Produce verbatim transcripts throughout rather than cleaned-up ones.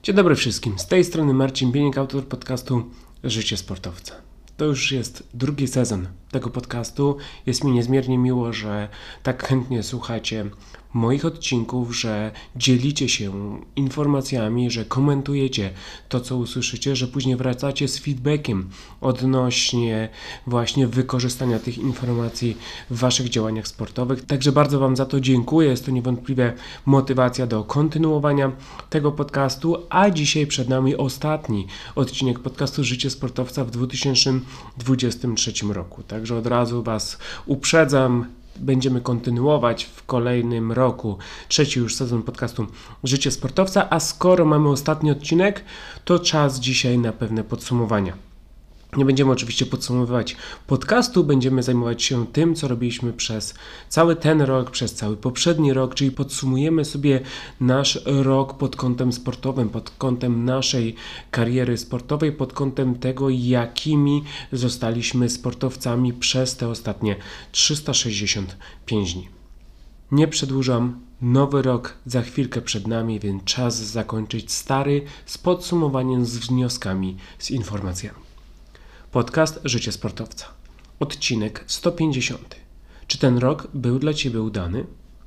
Dzień dobry wszystkim, z tej strony Marcin Bieniek, autor podcastu Życie Sportowca. To już jest drugi sezon tego podcastu. Jest mi niezmiernie miło, że tak chętnie słuchacie moich odcinków, że dzielicie się informacjami, że komentujecie to, co usłyszycie, że później wracacie z feedbackiem odnośnie właśnie wykorzystania tych informacji w waszych działaniach sportowych. Także bardzo wam za to dziękuję. Jest to niewątpliwie motywacja do kontynuowania tego podcastu, a dzisiaj przed nami ostatni odcinek podcastu Życie Sportowca w dwa tysiące dwudziestym trzecim roku. Także od razu was uprzedzam, będziemy kontynuować w kolejnym roku trzeci już sezon podcastu Życie Sportowca, a skoro mamy ostatni odcinek, to czas dzisiaj na pewne podsumowania. Nie będziemy oczywiście podsumowywać podcastu, będziemy zajmować się tym, co robiliśmy przez cały ten rok, przez cały poprzedni rok, czyli podsumujemy sobie nasz rok pod kątem sportowym, pod kątem naszej kariery sportowej, pod kątem tego, jakimi zostaliśmy sportowcami przez te ostatnie trzysta sześćdziesiąt pięć dni. Nie przedłużam, nowy rok za chwilkę przed nami, więc czas zakończyć stary z podsumowaniem, z wnioskami, z informacjami. Podcast Życie Sportowca. Odcinek sto pięćdziesiąty. Czy ten rok był dla Ciebie udany?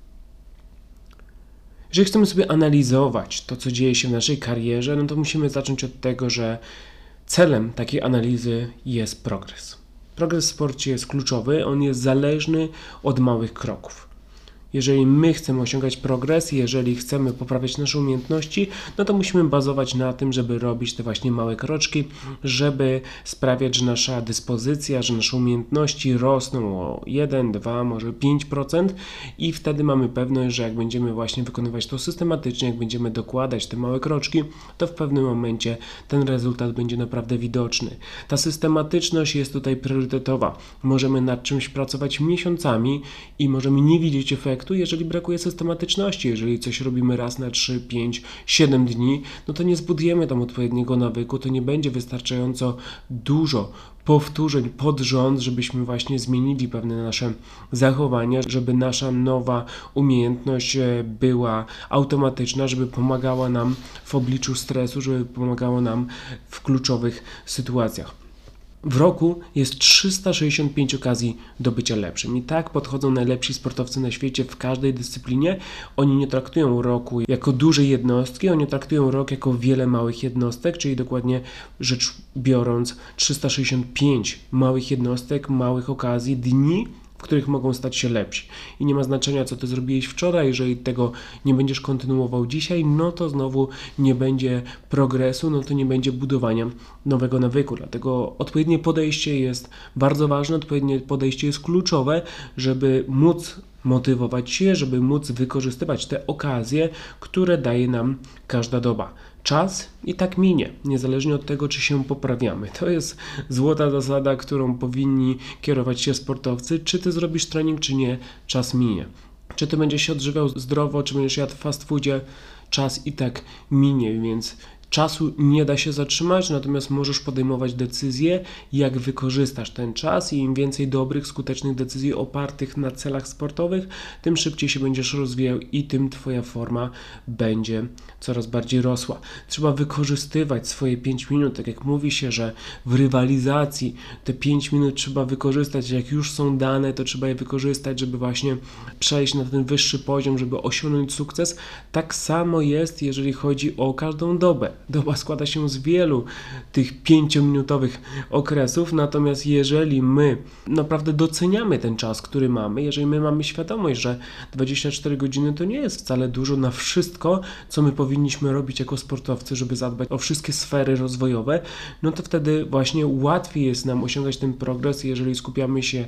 Jeżeli chcemy sobie analizować to, co dzieje się w naszej karierze, no to musimy zacząć od tego, że celem takiej analizy jest progres. Progres w sporcie jest kluczowy, on jest zależny od małych kroków. Jeżeli my chcemy osiągać progres, jeżeli chcemy poprawiać nasze umiejętności, no to musimy bazować na tym, żeby robić te właśnie małe kroczki, żeby sprawiać, że nasza dyspozycja, że nasze umiejętności rosną o jeden, dwa, może pięć procent i wtedy mamy pewność, że jak będziemy właśnie wykonywać to systematycznie, jak będziemy dokładać te małe kroczki, to w pewnym momencie ten rezultat będzie naprawdę widoczny. Ta systematyczność jest tutaj priorytetowa. Możemy nad czymś pracować miesiącami i możemy nie widzieć efektu, jeżeli brakuje systematyczności. Jeżeli coś robimy raz na trzy, pięć, siedem dni, no to nie zbudujemy tam odpowiedniego nawyku, to nie będzie wystarczająco dużo powtórzeń pod rząd, żebyśmy właśnie zmienili pewne nasze zachowania, żeby nasza nowa umiejętność była automatyczna, żeby pomagała nam w obliczu stresu, żeby pomagała nam w kluczowych sytuacjach. W roku jest trzysta sześćdziesiąt pięć okazji do bycia lepszym. I tak podchodzą najlepsi sportowcy na świecie w każdej dyscyplinie. Oni nie traktują roku jako duże jednostki, oni traktują rok jako wiele małych jednostek, czyli dokładnie rzecz biorąc trzysta sześćdziesiąt pięć małych jednostek, małych okazji, dni, w których mogą stać się lepsi. I nie ma znaczenia, co ty zrobiłeś wczoraj, jeżeli tego nie będziesz kontynuował dzisiaj, no to znowu nie będzie progresu, no to nie będzie budowania nowego nawyku. Dlatego odpowiednie podejście jest bardzo ważne, odpowiednie podejście jest kluczowe, żeby móc motywować się, żeby móc wykorzystywać te okazje, które daje nam każda doba. Czas i tak minie, niezależnie od tego, czy się poprawiamy. To jest złota zasada, którą powinni kierować się sportowcy. Czy ty zrobisz trening, czy nie, czas minie. Czy ty będziesz się odżywiał zdrowo, czy będziesz jadł w fast foodzie, czas i tak minie, więc czasu nie da się zatrzymać, natomiast możesz podejmować decyzje, jak wykorzystasz ten czas i im więcej dobrych, skutecznych decyzji opartych na celach sportowych, tym szybciej się będziesz rozwijał i tym twoja forma będzie coraz bardziej rosła. Trzeba wykorzystywać swoje pięć minut, tak jak mówi się, że w rywalizacji te pięć minut trzeba wykorzystać, jak już są dane, to trzeba je wykorzystać, żeby właśnie przejść na ten wyższy poziom, żeby osiągnąć sukces. Tak samo jest, jeżeli chodzi o każdą dobę. Doba składa się z wielu tych pięciominutowych okresów, natomiast jeżeli my naprawdę doceniamy ten czas, który mamy, jeżeli my mamy świadomość, że dwadzieścia cztery godziny to nie jest wcale dużo na wszystko, co my powinniśmy robić jako sportowcy, żeby zadbać o wszystkie sfery rozwojowe, no to wtedy właśnie łatwiej jest nam osiągać ten progres, jeżeli skupiamy się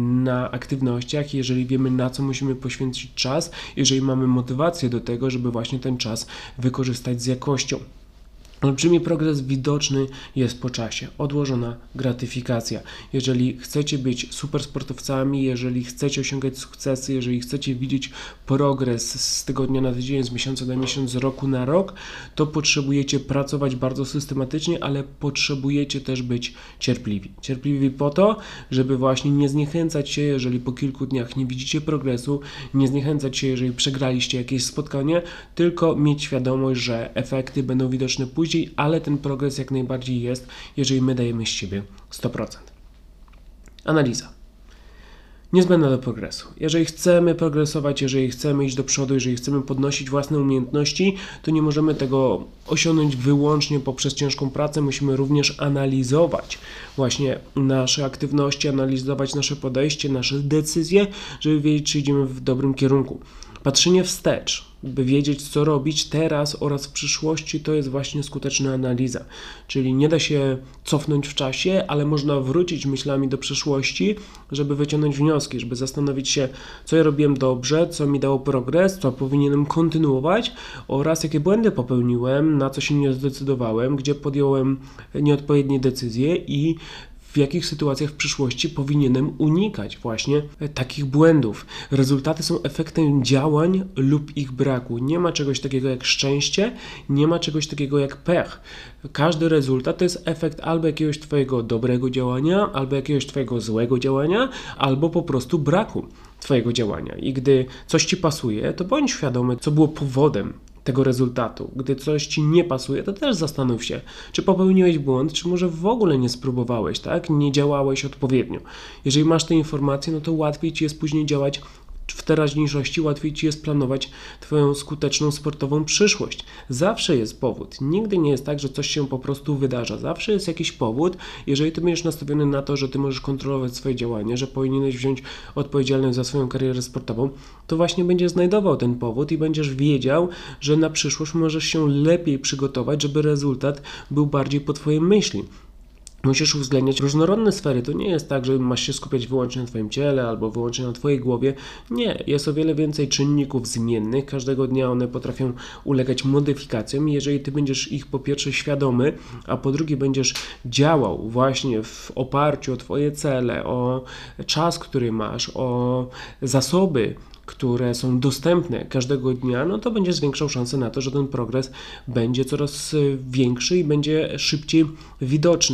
na aktywnościach, jeżeli wiemy, na co musimy poświęcić czas, jeżeli mamy motywację do tego, żeby właśnie ten czas wykorzystać z jakością. Olbrzymi progres widoczny jest po czasie, odłożona gratyfikacja. Jeżeli chcecie być supersportowcami, jeżeli chcecie osiągać sukcesy, jeżeli chcecie widzieć progres z tygodnia na tydzień, z miesiąca na miesiąc, z roku na rok, to potrzebujecie pracować bardzo systematycznie, ale potrzebujecie też być cierpliwi. Cierpliwi po to, żeby właśnie nie zniechęcać się, jeżeli po kilku dniach nie widzicie progresu, nie zniechęcać się, jeżeli przegraliście jakieś spotkanie, tylko mieć świadomość, że efekty będą widoczne później, ale ten progres jak najbardziej jest, jeżeli my dajemy z siebie sto procent. Analiza. Niezbędna do progresu. Jeżeli chcemy progresować, jeżeli chcemy iść do przodu, jeżeli chcemy podnosić własne umiejętności, to nie możemy tego osiągnąć wyłącznie poprzez ciężką pracę. Musimy również analizować właśnie nasze aktywności, analizować nasze podejście, nasze decyzje, żeby wiedzieć, czy idziemy w dobrym kierunku. Patrzenie wstecz, by wiedzieć, co robić teraz oraz w przyszłości, to jest właśnie skuteczna analiza. Czyli nie da się cofnąć w czasie, ale można wrócić myślami do przeszłości, żeby wyciągnąć wnioski, żeby zastanowić się, co ja robiłem dobrze, co mi dało progres, co powinienem kontynuować oraz jakie błędy popełniłem, na co się nie zdecydowałem, gdzie podjąłem nieodpowiednie decyzje i w jakich sytuacjach w przyszłości powinienem unikać właśnie takich błędów. Rezultaty są efektem działań lub ich braku. Nie ma czegoś takiego jak szczęście, nie ma czegoś takiego jak pech. Każdy rezultat to jest efekt albo jakiegoś Twojego dobrego działania, albo jakiegoś Twojego złego działania, albo po prostu braku Twojego działania. I gdy coś Ci pasuje, to bądź świadomy, co było powodem tego rezultatu. Gdy coś Ci nie pasuje, to też zastanów się, czy popełniłeś błąd, czy może w ogóle nie spróbowałeś, tak? Nie działałeś odpowiednio. Jeżeli masz te informacje, no to łatwiej Ci jest później działać w teraźniejszości, łatwiej Ci jest planować Twoją skuteczną sportową przyszłość. Zawsze jest powód. Nigdy nie jest tak, że coś się po prostu wydarza. Zawsze jest jakiś powód. Jeżeli Ty będziesz nastawiony na to, że Ty możesz kontrolować swoje działania, że powinieneś wziąć odpowiedzialność za swoją karierę sportową, to właśnie będziesz znajdował ten powód i będziesz wiedział, że na przyszłość możesz się lepiej przygotować, żeby rezultat był bardziej po Twojej myśli. Musisz uwzględniać różnorodne sfery. To nie jest tak, że masz się skupiać wyłącznie na Twoim ciele albo wyłącznie na Twojej głowie. Nie, jest o wiele więcej czynników zmiennych. Każdego dnia one potrafią ulegać modyfikacjom i jeżeli Ty będziesz ich po pierwsze świadomy, a po drugie będziesz działał właśnie w oparciu o Twoje cele, o czas, który masz, o zasoby, które są dostępne każdego dnia, no to będzie zwiększał szansę na to, że ten progres będzie coraz większy i będzie szybciej widoczny.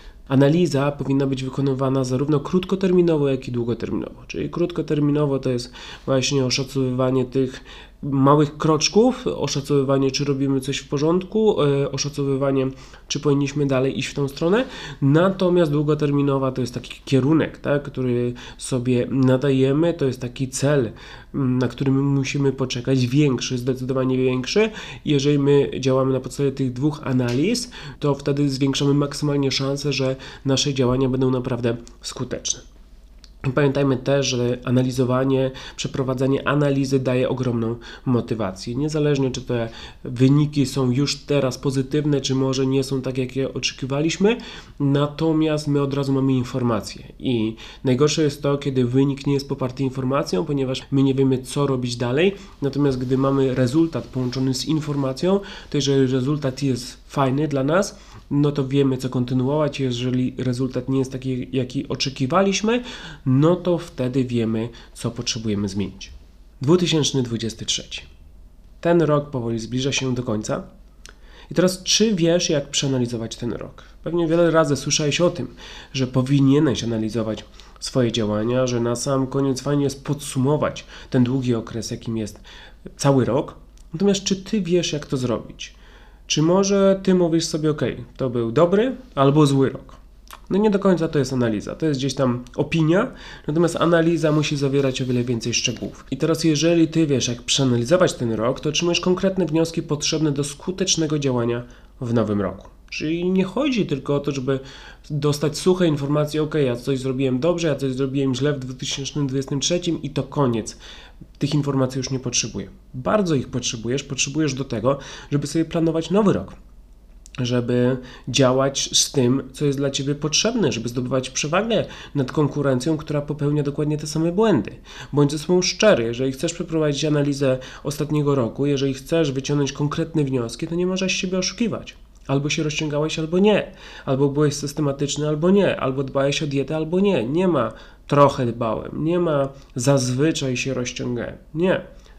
Analiza powinna być wykonywana zarówno krótkoterminowo, jak i długoterminowo. Czyli krótkoterminowo to jest właśnie oszacowywanie tych małych kroczków, oszacowywanie, czy robimy coś w porządku, oszacowywanie, czy powinniśmy dalej iść w tą stronę. Natomiast długoterminowa to jest taki kierunek, tak, który sobie nadajemy, to jest taki cel, na który my musimy poczekać, większy, zdecydowanie większy. Jeżeli my działamy na podstawie tych dwóch analiz, to wtedy zwiększamy maksymalnie szansę, że nasze działania będą naprawdę skuteczne. Pamiętajmy też, że analizowanie, przeprowadzanie analizy daje ogromną motywację. Niezależnie, czy te wyniki są już teraz pozytywne, czy może nie są tak, jak je oczekiwaliśmy, natomiast my od razu mamy informację. I najgorsze jest to, kiedy wynik nie jest poparty informacją, ponieważ my nie wiemy, co robić dalej, natomiast gdy mamy rezultat połączony z informacją, to jeżeli rezultat jest fajny dla nas, no to wiemy, co kontynuować. Jeżeli rezultat nie jest taki, jaki oczekiwaliśmy, no to wtedy wiemy, co potrzebujemy zmienić. dwa tysiące dwudziesty trzeci. Ten rok powoli zbliża się do końca. I teraz, czy wiesz, jak przeanalizować ten rok? Pewnie wiele razy słyszałeś o tym, że powinieneś analizować swoje działania, że na sam koniec fajnie jest podsumować ten długi okres, jakim jest cały rok. Natomiast czy ty wiesz, jak to zrobić? Czy może ty mówisz sobie, ok, to był dobry albo zły rok? No nie do końca to jest analiza, to jest gdzieś tam opinia, natomiast analiza musi zawierać o wiele więcej szczegółów. I teraz jeżeli ty wiesz, jak przeanalizować ten rok, to otrzymujesz konkretne wnioski potrzebne do skutecznego działania w nowym roku. Czyli nie chodzi tylko o to, żeby dostać suche informacje, ok, ja coś zrobiłem dobrze, ja coś zrobiłem źle w dwa tysiące dwudziestym trzecim i to koniec. Tych informacji już nie potrzebuję. Bardzo ich potrzebujesz, potrzebujesz do tego, żeby sobie planować nowy rok. Żeby działać z tym, co jest dla Ciebie potrzebne, żeby zdobywać przewagę nad konkurencją, która popełnia dokładnie te same błędy. Bądź ze sobą szczery, jeżeli chcesz przeprowadzić analizę ostatniego roku, jeżeli chcesz wyciągnąć konkretne wnioski, to nie możesz siebie oszukiwać. Albo się rozciągałeś, albo nie. Albo byłeś systematyczny, albo nie. Albo dbałeś o dietę, albo nie. Nie ma trochę dbałem. Nie ma zazwyczaj się rozciągałem. Nie.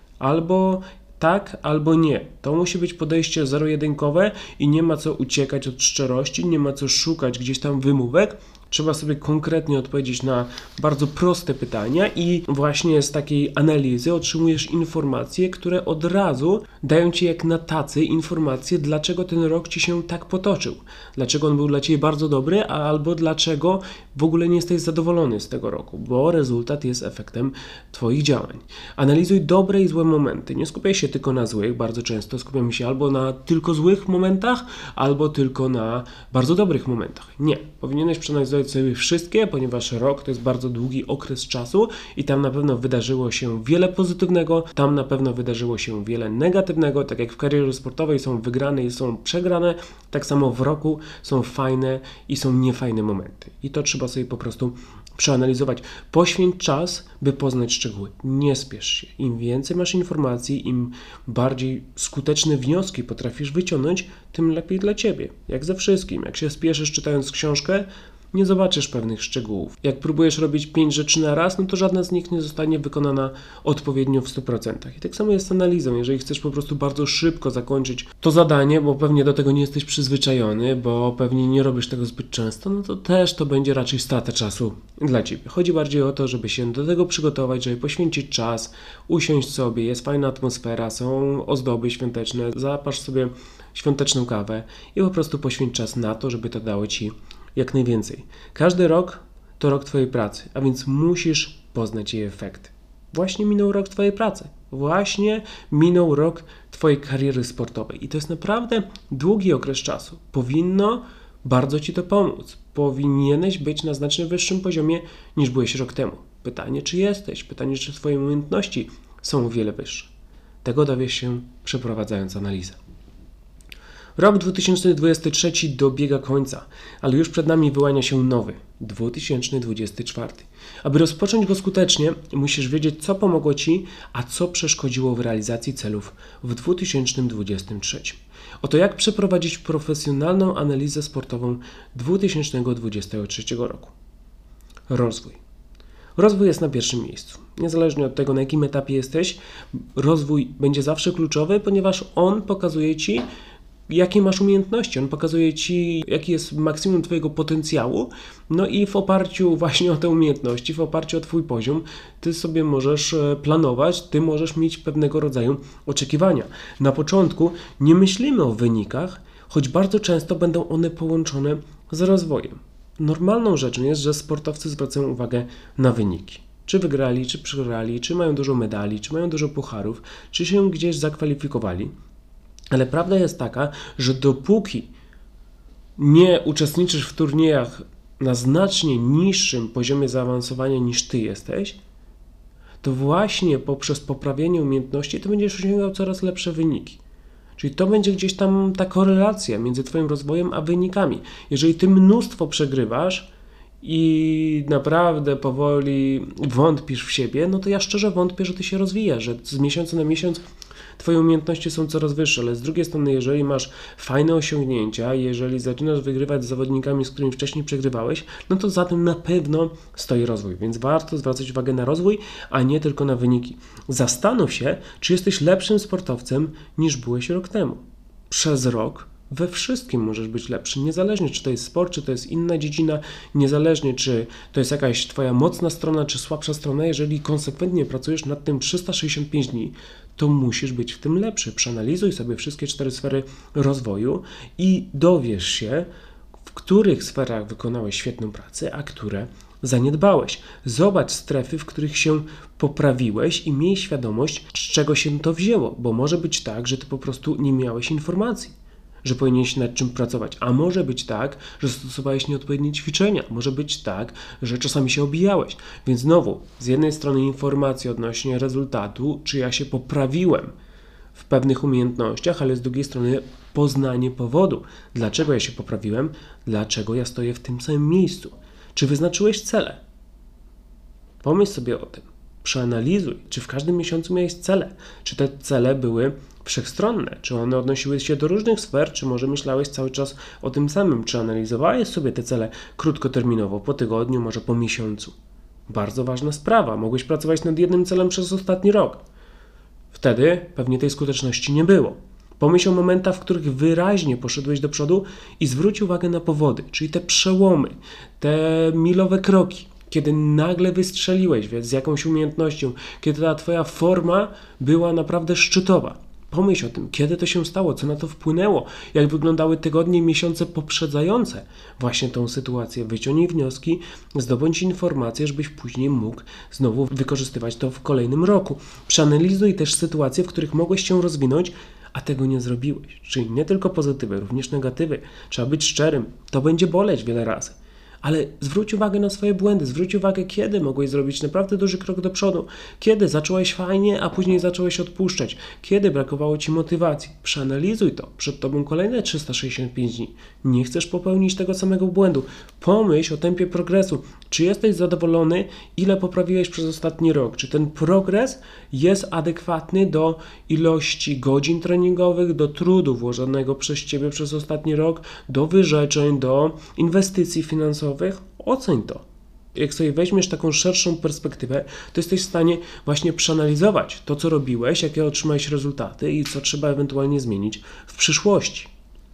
Albo tak, albo nie. To musi być podejście zero-jedynkowe i nie ma co uciekać od szczerości, nie ma co szukać gdzieś tam wymówek. Trzeba sobie konkretnie odpowiedzieć na bardzo proste pytania i właśnie z takiej analizy otrzymujesz informacje, które od razu dają Ci jak na tacy informacje, dlaczego ten rok Ci się tak potoczył. Dlaczego on był dla Ciebie bardzo dobry, a albo dlaczego w ogóle nie jesteś zadowolony z tego roku, bo rezultat jest efektem Twoich działań. Analizuj dobre i złe momenty. Nie skupiaj się tylko na złych, bardzo często skupiamy się albo na tylko złych momentach, albo tylko na bardzo dobrych momentach. Nie. Powinieneś przeanalizować sobie wszystkie, ponieważ rok to jest bardzo długi okres czasu i tam na pewno wydarzyło się wiele pozytywnego, tam na pewno wydarzyło się wiele negatywnego, tak jak w karierze sportowej są wygrane i są przegrane, tak samo w roku są fajne i są niefajne momenty. I to trzeba sobie po prostu przeanalizować. Poświęć czas, by poznać szczegóły. Nie spiesz się. Im więcej masz informacji, im bardziej skuteczne wnioski potrafisz wyciągnąć, tym lepiej dla Ciebie. Jak ze wszystkim. Jak się spieszysz czytając książkę, nie zobaczysz pewnych szczegółów. Jak próbujesz robić pięć rzeczy na raz, no to żadna z nich nie zostanie wykonana odpowiednio w stu procentach. I tak samo jest z analizą. Jeżeli chcesz po prostu bardzo szybko zakończyć to zadanie, bo pewnie do tego nie jesteś przyzwyczajony, bo pewnie nie robisz tego zbyt często, no to też to będzie raczej strata czasu dla Ciebie. Chodzi bardziej o to, żeby się do tego przygotować, żeby poświęcić czas, usiąść sobie, jest fajna atmosfera, są ozdoby świąteczne, zapasz sobie świąteczną kawę i po prostu poświęć czas na to, żeby to dało Ci jak najwięcej. Każdy rok to rok Twojej pracy, a więc musisz poznać jej efekty. Właśnie minął rok Twojej pracy. Właśnie minął rok Twojej kariery sportowej. I to jest naprawdę długi okres czasu. Powinno bardzo Ci to pomóc. Powinieneś być na znacznie wyższym poziomie niż byłeś rok temu. Pytanie, czy jesteś? Pytanie, czy Twoje umiejętności są o wiele wyższe. Tego dowiesz się przeprowadzając analizę. Rok dwa tysiące dwudziesty trzeci dobiega końca, ale już przed nami wyłania się nowy, dwa tysiące dwudziesty czwarty. Aby rozpocząć go skutecznie, musisz wiedzieć, co pomogło Ci, a co przeszkodziło w realizacji celów w dwa tysiące dwudziestym trzecim. Oto jak przeprowadzić profesjonalną analizę sportową dwa tysiące dwudziestego trzeciego roku. Rozwój. Rozwój jest na pierwszym miejscu. Niezależnie od tego, na jakim etapie jesteś, rozwój będzie zawsze kluczowy, ponieważ on pokazuje Ci, jakie masz umiejętności, on pokazuje Ci, jaki jest maksimum Twojego potencjału, no i w oparciu właśnie o te umiejętności, w oparciu o Twój poziom, Ty sobie możesz planować, Ty możesz mieć pewnego rodzaju oczekiwania. Na początku nie myślimy o wynikach, choć bardzo często będą one połączone z rozwojem. Normalną rzeczą jest, że sportowcy zwracają uwagę na wyniki. Czy wygrali, czy przegrali, czy mają dużo medali, czy mają dużo pucharów, czy się gdzieś zakwalifikowali. Ale prawda jest taka, że dopóki nie uczestniczysz w turniejach na znacznie niższym poziomie zaawansowania niż Ty jesteś, to właśnie poprzez poprawienie umiejętności Ty będziesz osiągał coraz lepsze wyniki. Czyli to będzie gdzieś tam ta korelacja między Twoim rozwojem a wynikami. Jeżeli Ty mnóstwo przegrywasz i naprawdę powoli wątpisz w siebie, no to ja szczerze wątpię, że Ty się rozwijasz, że z miesiąca na miesiąc Twoje umiejętności są coraz wyższe, ale z drugiej strony, jeżeli masz fajne osiągnięcia, jeżeli zaczynasz wygrywać z zawodnikami, z którymi wcześniej przegrywałeś, no to za tym na pewno stoi rozwój, więc warto zwracać uwagę na rozwój, a nie tylko na wyniki. Zastanów się, czy jesteś lepszym sportowcem niż byłeś rok temu. Przez rok we wszystkim możesz być lepszy, niezależnie czy to jest sport, czy to jest inna dziedzina, niezależnie czy to jest jakaś Twoja mocna strona, czy słabsza strona, jeżeli konsekwentnie pracujesz nad tym trzysta sześćdziesiąt pięć dni, to musisz być w tym lepszy. Przeanalizuj sobie wszystkie cztery sfery rozwoju i dowiesz się, w których sferach wykonałeś świetną pracę, a które zaniedbałeś. Zobacz strefy, w których się poprawiłeś i miej świadomość, z czego się to wzięło, bo może być tak, że Ty po prostu nie miałeś informacji, że powinieneś nad czym pracować. A może być tak, że stosowałeś nieodpowiednie ćwiczenia. Może być tak, że czasami się obijałeś. Więc znowu, z jednej strony informacje odnośnie rezultatu, czy ja się poprawiłem w pewnych umiejętnościach, ale z drugiej strony poznanie powodu. Dlaczego ja się poprawiłem? Dlaczego ja stoję w tym samym miejscu? Czy wyznaczyłeś cele? Pomyśl sobie o tym. Przeanalizuj, czy w każdym miesiącu miałeś cele, czy te cele były wszechstronne, czy one odnosiły się do różnych sfer, czy może myślałeś cały czas o tym samym, czy analizowałeś sobie te cele krótkoterminowo, po tygodniu, może po miesiącu. Bardzo ważna sprawa, mogłeś pracować nad jednym celem przez ostatni rok. Wtedy pewnie tej skuteczności nie było. Pomyśl o momentach, w których wyraźnie poszedłeś do przodu i zwróć uwagę na powody, czyli te przełomy, te milowe kroki, kiedy nagle wystrzeliłeś z jakąś umiejętnością, kiedy ta twoja forma była naprawdę szczytowa. Pomyśl o tym, kiedy to się stało, co na to wpłynęło, jak wyglądały tygodnie i miesiące poprzedzające właśnie tą sytuację. Wyciągnij wnioski, zdobądź informacje, żebyś później mógł znowu wykorzystywać to w kolejnym roku. Przeanalizuj też sytuacje, w których mogłeś się rozwinąć, a tego nie zrobiłeś. Czyli nie tylko pozytywy, również negatywy. Trzeba być szczerym. To będzie boleć wiele razy. Ale zwróć uwagę na swoje błędy, zwróć uwagę, kiedy mogłeś zrobić naprawdę duży krok do przodu, kiedy zacząłeś fajnie, a później zacząłeś odpuszczać, kiedy brakowało ci motywacji. Przeanalizuj to, przed tobą kolejne trzysta sześćdziesiąt pięć dni. Nie chcesz popełnić tego samego błędu. Pomyśl o tempie progresu. Czy jesteś zadowolony, ile poprawiłeś przez ostatni rok? Czy ten progres jest adekwatny do ilości godzin treningowych, do trudu włożonego przez ciebie przez ostatni rok, do wyrzeczeń, do inwestycji finansowych? Oceń to. Jak sobie weźmiesz taką szerszą perspektywę, to jesteś w stanie właśnie przeanalizować to, co robiłeś, jakie otrzymałeś rezultaty i co trzeba ewentualnie zmienić w przyszłości.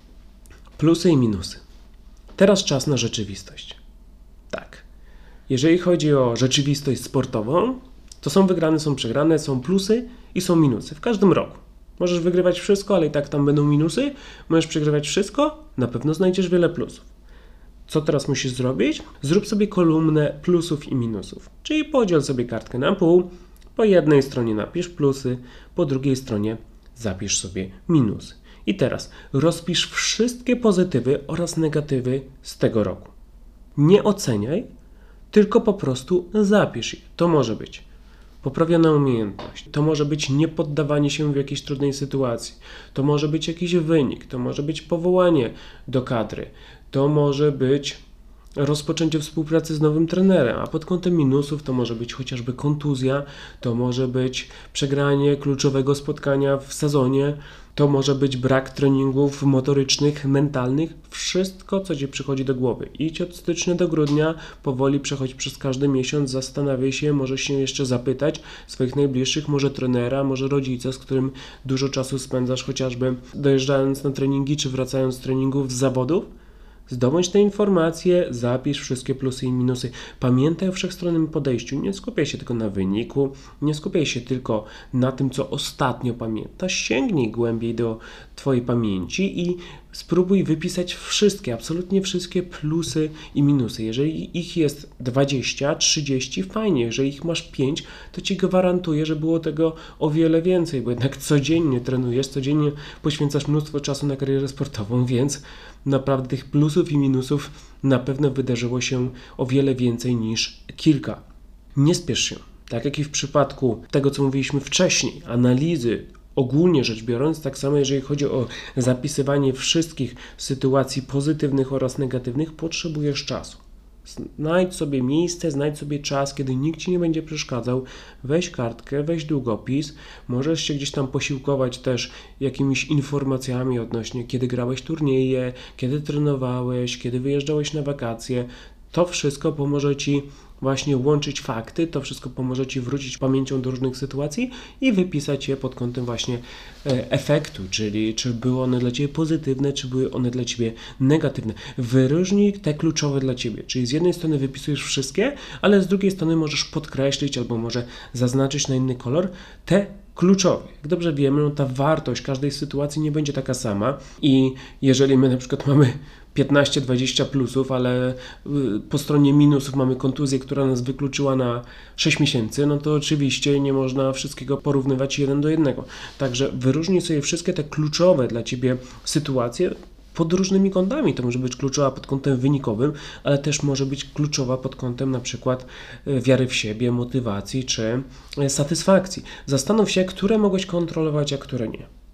Plusy i minusy. Teraz czas na rzeczywistość. Tak. Jeżeli chodzi o rzeczywistość sportową, to są wygrane, są przegrane, są plusy i są minusy w każdym roku. Możesz wygrywać wszystko, ale i tak tam będą minusy. Możesz przegrywać wszystko, na pewno znajdziesz wiele plusów. Co teraz musisz zrobić? Zrób sobie kolumnę plusów i minusów. Czyli podziel sobie kartkę na pół. Po jednej stronie napisz plusy, po drugiej stronie zapisz sobie minusy. I teraz rozpisz wszystkie pozytywy oraz negatywy z tego roku. Nie oceniaj, tylko po prostu zapisz je. To może być poprawiona umiejętność, to może być niepoddawanie się w jakiejś trudnej sytuacji, to może być jakiś wynik, to może być powołanie do kadry, to może być rozpoczęcie współpracy z nowym trenerem, a pod kątem minusów to może być chociażby kontuzja, to może być przegranie kluczowego spotkania w sezonie, to może być brak treningów motorycznych, mentalnych, wszystko, co ci przychodzi do głowy. Idź od stycznia do grudnia, powoli przechodź przez każdy miesiąc, zastanawiaj się, możesz się jeszcze zapytać swoich najbliższych, może trenera, może rodzica, z którym dużo czasu spędzasz, chociażby dojeżdżając na treningi, czy wracając z treningów, z zawodów. Zdobądź te informacje, zapisz wszystkie plusy i minusy. Pamiętaj o wszechstronnym podejściu. Nie skupiaj się tylko na wyniku, nie skupiaj się tylko na tym, co ostatnio pamiętasz. Sięgnij głębiej do twojej pamięci i spróbuj wypisać wszystkie, absolutnie wszystkie plusy i minusy. Jeżeli ich jest dwadzieścia, trzydzieści, fajnie. Jeżeli ich masz pięć, to ci gwarantuję, że było tego o wiele więcej, bo jednak codziennie trenujesz, codziennie poświęcasz mnóstwo czasu na karierę sportową, więc naprawdę tych plusów i minusów na pewno wydarzyło się o wiele więcej niż kilka. Nie spiesz się. Tak jak i w przypadku tego, co mówiliśmy wcześniej, analizy, ogólnie rzecz biorąc, tak samo jeżeli chodzi o zapisywanie wszystkich sytuacji pozytywnych oraz negatywnych, potrzebujesz czasu. Znajdź sobie miejsce, znajdź sobie czas, kiedy nikt ci nie będzie przeszkadzał. Weź kartkę, weź długopis. Możesz się gdzieś tam posiłkować też jakimiś informacjami odnośnie, kiedy grałeś turnieje, kiedy trenowałeś, kiedy wyjeżdżałeś na wakacje. To wszystko pomoże ci właśnie łączyć fakty, to wszystko pomoże ci wrócić pamięcią do różnych sytuacji i wypisać je pod kątem właśnie efektu, czyli czy były one dla ciebie pozytywne, czy były one dla ciebie negatywne. Wyróżnij te kluczowe dla ciebie, czyli z jednej strony wypisujesz wszystkie, ale z drugiej strony możesz podkreślić albo może zaznaczyć na inny kolor te kluczowe. Jak dobrze wiemy, no ta wartość każdej sytuacji nie będzie taka sama i jeżeli my na przykład mamy piętnaście dwadzieścia plusów, ale po stronie minusów mamy kontuzję, która nas wykluczyła na sześć miesięcy, no to oczywiście nie można wszystkiego porównywać jeden do jednego. Także wyróżnij sobie wszystkie te kluczowe dla ciebie sytuacje pod różnymi kątami. To może być kluczowa pod kątem wynikowym, ale też może być kluczowa pod kątem na przykład wiary w siebie, motywacji czy satysfakcji. Zastanów się, które mogłeś kontrolować, a które nie.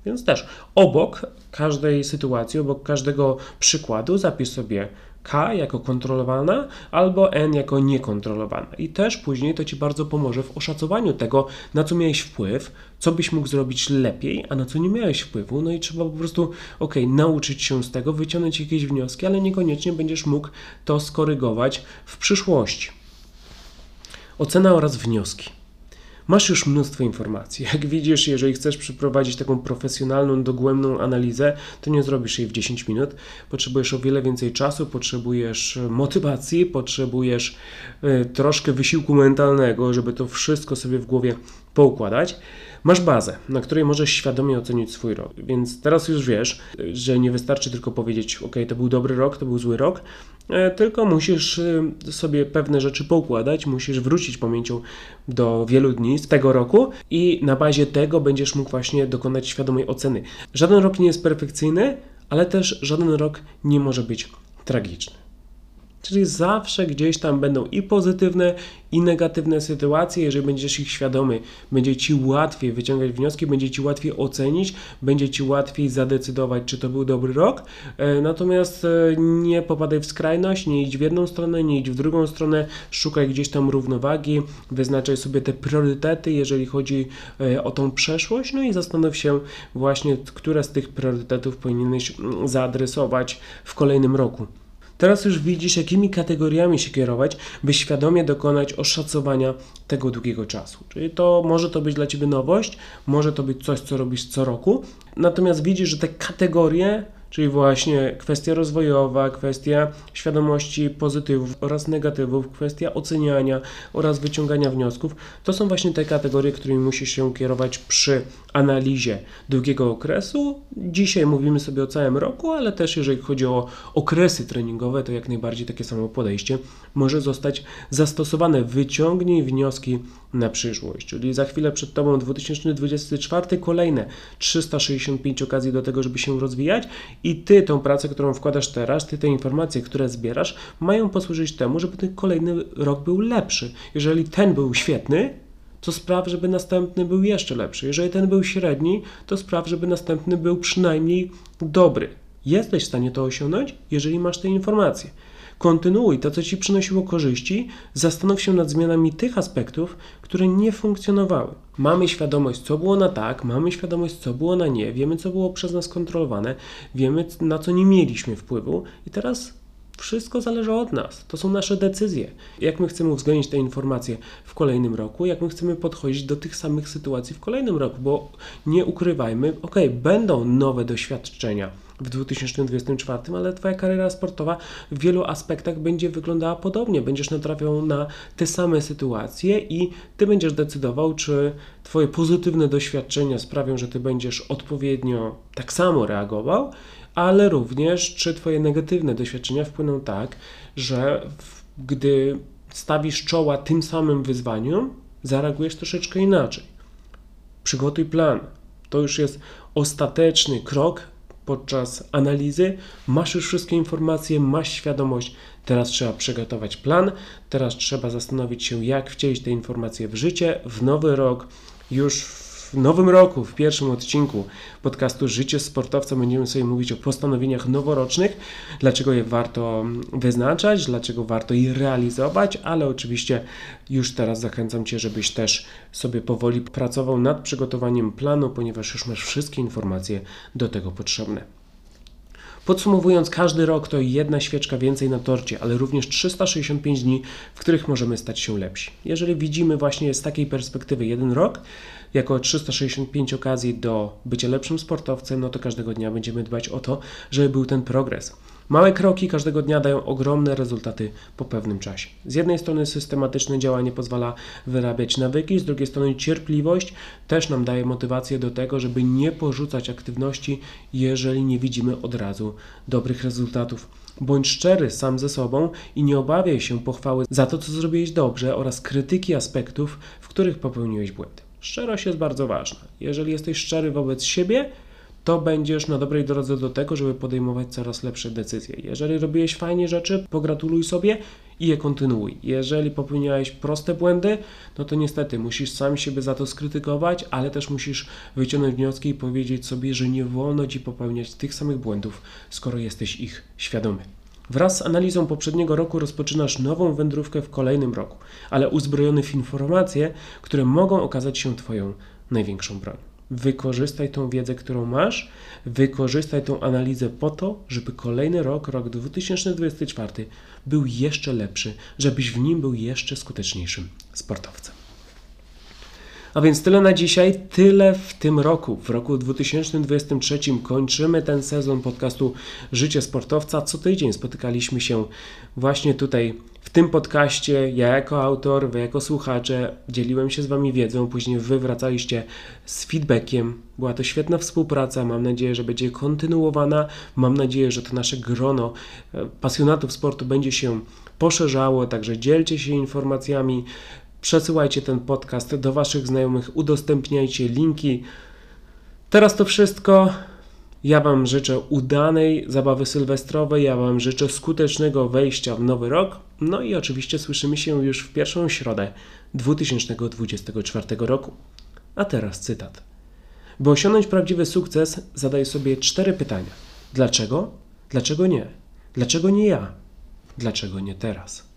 Więc też obok każdej sytuacji, obok każdego przykładu zapisz sobie K jako kontrolowana albo N jako niekontrolowana. I też później to Ci bardzo pomoże w oszacowaniu tego, na co miałeś wpływ, co byś mógł zrobić lepiej, a na co nie miałeś wpływu. No i trzeba po prostu, ok, nauczyć się z tego, wyciągnąć jakieś wnioski, ale niekoniecznie będziesz mógł to skorygować w przyszłości. Ocena oraz wnioski. Masz już mnóstwo informacji. Jak widzisz, jeżeli chcesz przeprowadzić taką profesjonalną, dogłębną analizę, to nie zrobisz jej w dziesięć minut. Potrzebujesz o wiele więcej czasu, potrzebujesz motywacji, potrzebujesz y, troszkę wysiłku mentalnego, żeby to wszystko sobie w głowie poukładać. Masz bazę, na której możesz świadomie ocenić swój rok, więc teraz już wiesz, że nie wystarczy tylko powiedzieć, ok, to był dobry rok, to był zły rok, tylko musisz sobie pewne rzeczy poukładać, musisz wrócić pamięcią do wielu dni z tego roku i na bazie tego będziesz mógł właśnie dokonać świadomej oceny. Żaden rok nie jest perfekcyjny, ale też żaden rok nie może być tragiczny. Czyli zawsze gdzieś tam będą i pozytywne, i negatywne sytuacje. Jeżeli będziesz ich świadomy, będzie Ci łatwiej wyciągać wnioski, będzie Ci łatwiej ocenić, będzie Ci łatwiej zadecydować, czy to był dobry rok. Natomiast nie popadaj w skrajność, nie idź w jedną stronę, nie idź w drugą stronę, szukaj gdzieś tam równowagi, wyznaczaj sobie te priorytety, jeżeli chodzi o tą przeszłość, no i zastanów się właśnie, które z tych priorytetów powinieneś zaadresować w kolejnym roku. Teraz już widzisz, jakimi kategoriami się kierować, by świadomie dokonać oszacowania tego długiego czasu. Czyli to może to być dla Ciebie nowość, może to być coś, co robisz co roku, natomiast widzisz, że te kategorie, czyli właśnie kwestia rozwojowa, kwestia świadomości pozytywów oraz negatywów, kwestia oceniania oraz wyciągania wniosków, to są właśnie te kategorie, którymi musisz się kierować przy analizie długiego okresu. Dzisiaj mówimy sobie o całym roku, ale też jeżeli chodzi o okresy treningowe, to jak najbardziej takie samo podejście może zostać zastosowane. Wyciągnij wnioski na przyszłość, czyli za chwilę przed Tobą dwa tysiące dwudziesty czwarty, kolejne trzysta sześćdziesiąt pięć okazji do tego, żeby się rozwijać i Ty tą pracę, którą wkładasz teraz, Ty te informacje, które zbierasz, mają posłużyć temu, żeby ten kolejny rok był lepszy. Jeżeli ten był świetny, to spraw, żeby następny był jeszcze lepszy. Jeżeli ten był średni, to spraw, żeby następny był przynajmniej dobry. Jesteś w stanie to osiągnąć, jeżeli masz te informacje. Kontynuuj to, co Ci przynosiło korzyści, zastanów się nad zmianami tych aspektów, które nie funkcjonowały. Mamy świadomość, co było na tak, mamy świadomość, co było na nie, wiemy, co było przez nas kontrolowane, wiemy, na co nie mieliśmy wpływu i teraz wszystko zależy od nas. To są nasze decyzje. Jak my chcemy uwzględnić te informacje w kolejnym roku, jak my chcemy podchodzić do tych samych sytuacji w kolejnym roku, bo nie ukrywajmy, ok, będą nowe doświadczenia w dwa tysiące dwudziestym czwartym, ale Twoja kariera sportowa w wielu aspektach będzie wyglądała podobnie. Będziesz natrafiał na te same sytuacje i Ty będziesz decydował, czy Twoje pozytywne doświadczenia sprawią, że Ty będziesz odpowiednio tak samo reagował, ale również czy Twoje negatywne doświadczenia wpłyną tak, że w, gdy stawisz czoła tym samym wyzwaniom, zareagujesz troszeczkę inaczej. Przygotuj plan. To już jest ostateczny krok podczas analizy. Masz już wszystkie informacje, masz świadomość. Teraz trzeba przygotować plan, teraz trzeba zastanowić się, jak wcielić te informacje w życie, w nowy rok, już w nowym roku, w pierwszym odcinku podcastu Życie Sportowca będziemy sobie mówić o postanowieniach noworocznych, dlaczego je warto wyznaczać, dlaczego warto je realizować, ale oczywiście już teraz zachęcam Cię, żebyś też sobie powoli pracował nad przygotowaniem planu, ponieważ już masz wszystkie informacje do tego potrzebne. Podsumowując, każdy rok to jedna świeczka więcej na torcie, ale również trzysta sześćdziesiąt pięć dni, w których możemy stać się lepsi. Jeżeli widzimy właśnie z takiej perspektywy jeden rok, jako trzysta sześćdziesiąt pięć okazji do bycia lepszym sportowcem, no to każdego dnia będziemy dbać o to, żeby był ten progres. Małe kroki każdego dnia dają ogromne rezultaty po pewnym czasie. Z jednej strony systematyczne działanie pozwala wyrabiać nawyki, z drugiej strony cierpliwość też nam daje motywację do tego, żeby nie porzucać aktywności, jeżeli nie widzimy od razu dobrych rezultatów. Bądź szczery sam ze sobą i nie obawiaj się pochwały za to, co zrobiłeś dobrze oraz krytyki aspektów, w których popełniłeś błędy. Szczerość jest bardzo ważna. Jeżeli jesteś szczery wobec siebie, to będziesz na dobrej drodze do tego, żeby podejmować coraz lepsze decyzje. Jeżeli robiłeś fajnie rzeczy, pogratuluj sobie i je kontynuuj. Jeżeli popełniałeś proste błędy, no to niestety musisz sam siebie za to skrytykować, ale też musisz wyciągnąć wnioski i powiedzieć sobie, że nie wolno Ci popełniać tych samych błędów, skoro jesteś ich świadomy. Wraz z analizą poprzedniego roku rozpoczynasz nową wędrówkę w kolejnym roku, ale uzbrojony w informacje, które mogą okazać się Twoją największą bronią. Wykorzystaj tą wiedzę, którą masz, wykorzystaj tą analizę po to, żeby kolejny rok, rok dwa tysiące dwudziesty czwarty był jeszcze lepszy, żebyś w nim był jeszcze skuteczniejszym sportowcem. A więc tyle na dzisiaj, tyle w tym roku. W roku dwa tysiące dwudziestym trzecim kończymy ten sezon podcastu Życie Sportowca. Co tydzień spotykaliśmy się właśnie tutaj w tym podcaście. Ja jako autor, wy jako słuchacze dzieliłem się z wami wiedzą, później wy wracaliście z feedbackiem. Była to świetna współpraca, mam nadzieję, że będzie kontynuowana. Mam nadzieję, że to nasze grono pasjonatów sportu będzie się poszerzało, także dzielcie się informacjami. Przesyłajcie ten podcast do waszych znajomych, udostępniajcie linki. Teraz to wszystko. Ja wam życzę udanej zabawy sylwestrowej, ja wam życzę skutecznego wejścia w nowy rok. No i oczywiście słyszymy się już w pierwszą środę dwa tysiące dwudziestego czwartego roku. A teraz cytat. By osiągnąć prawdziwy sukces, zadaj sobie cztery pytania. Dlaczego? Dlaczego nie? Dlaczego nie ja? Dlaczego nie teraz?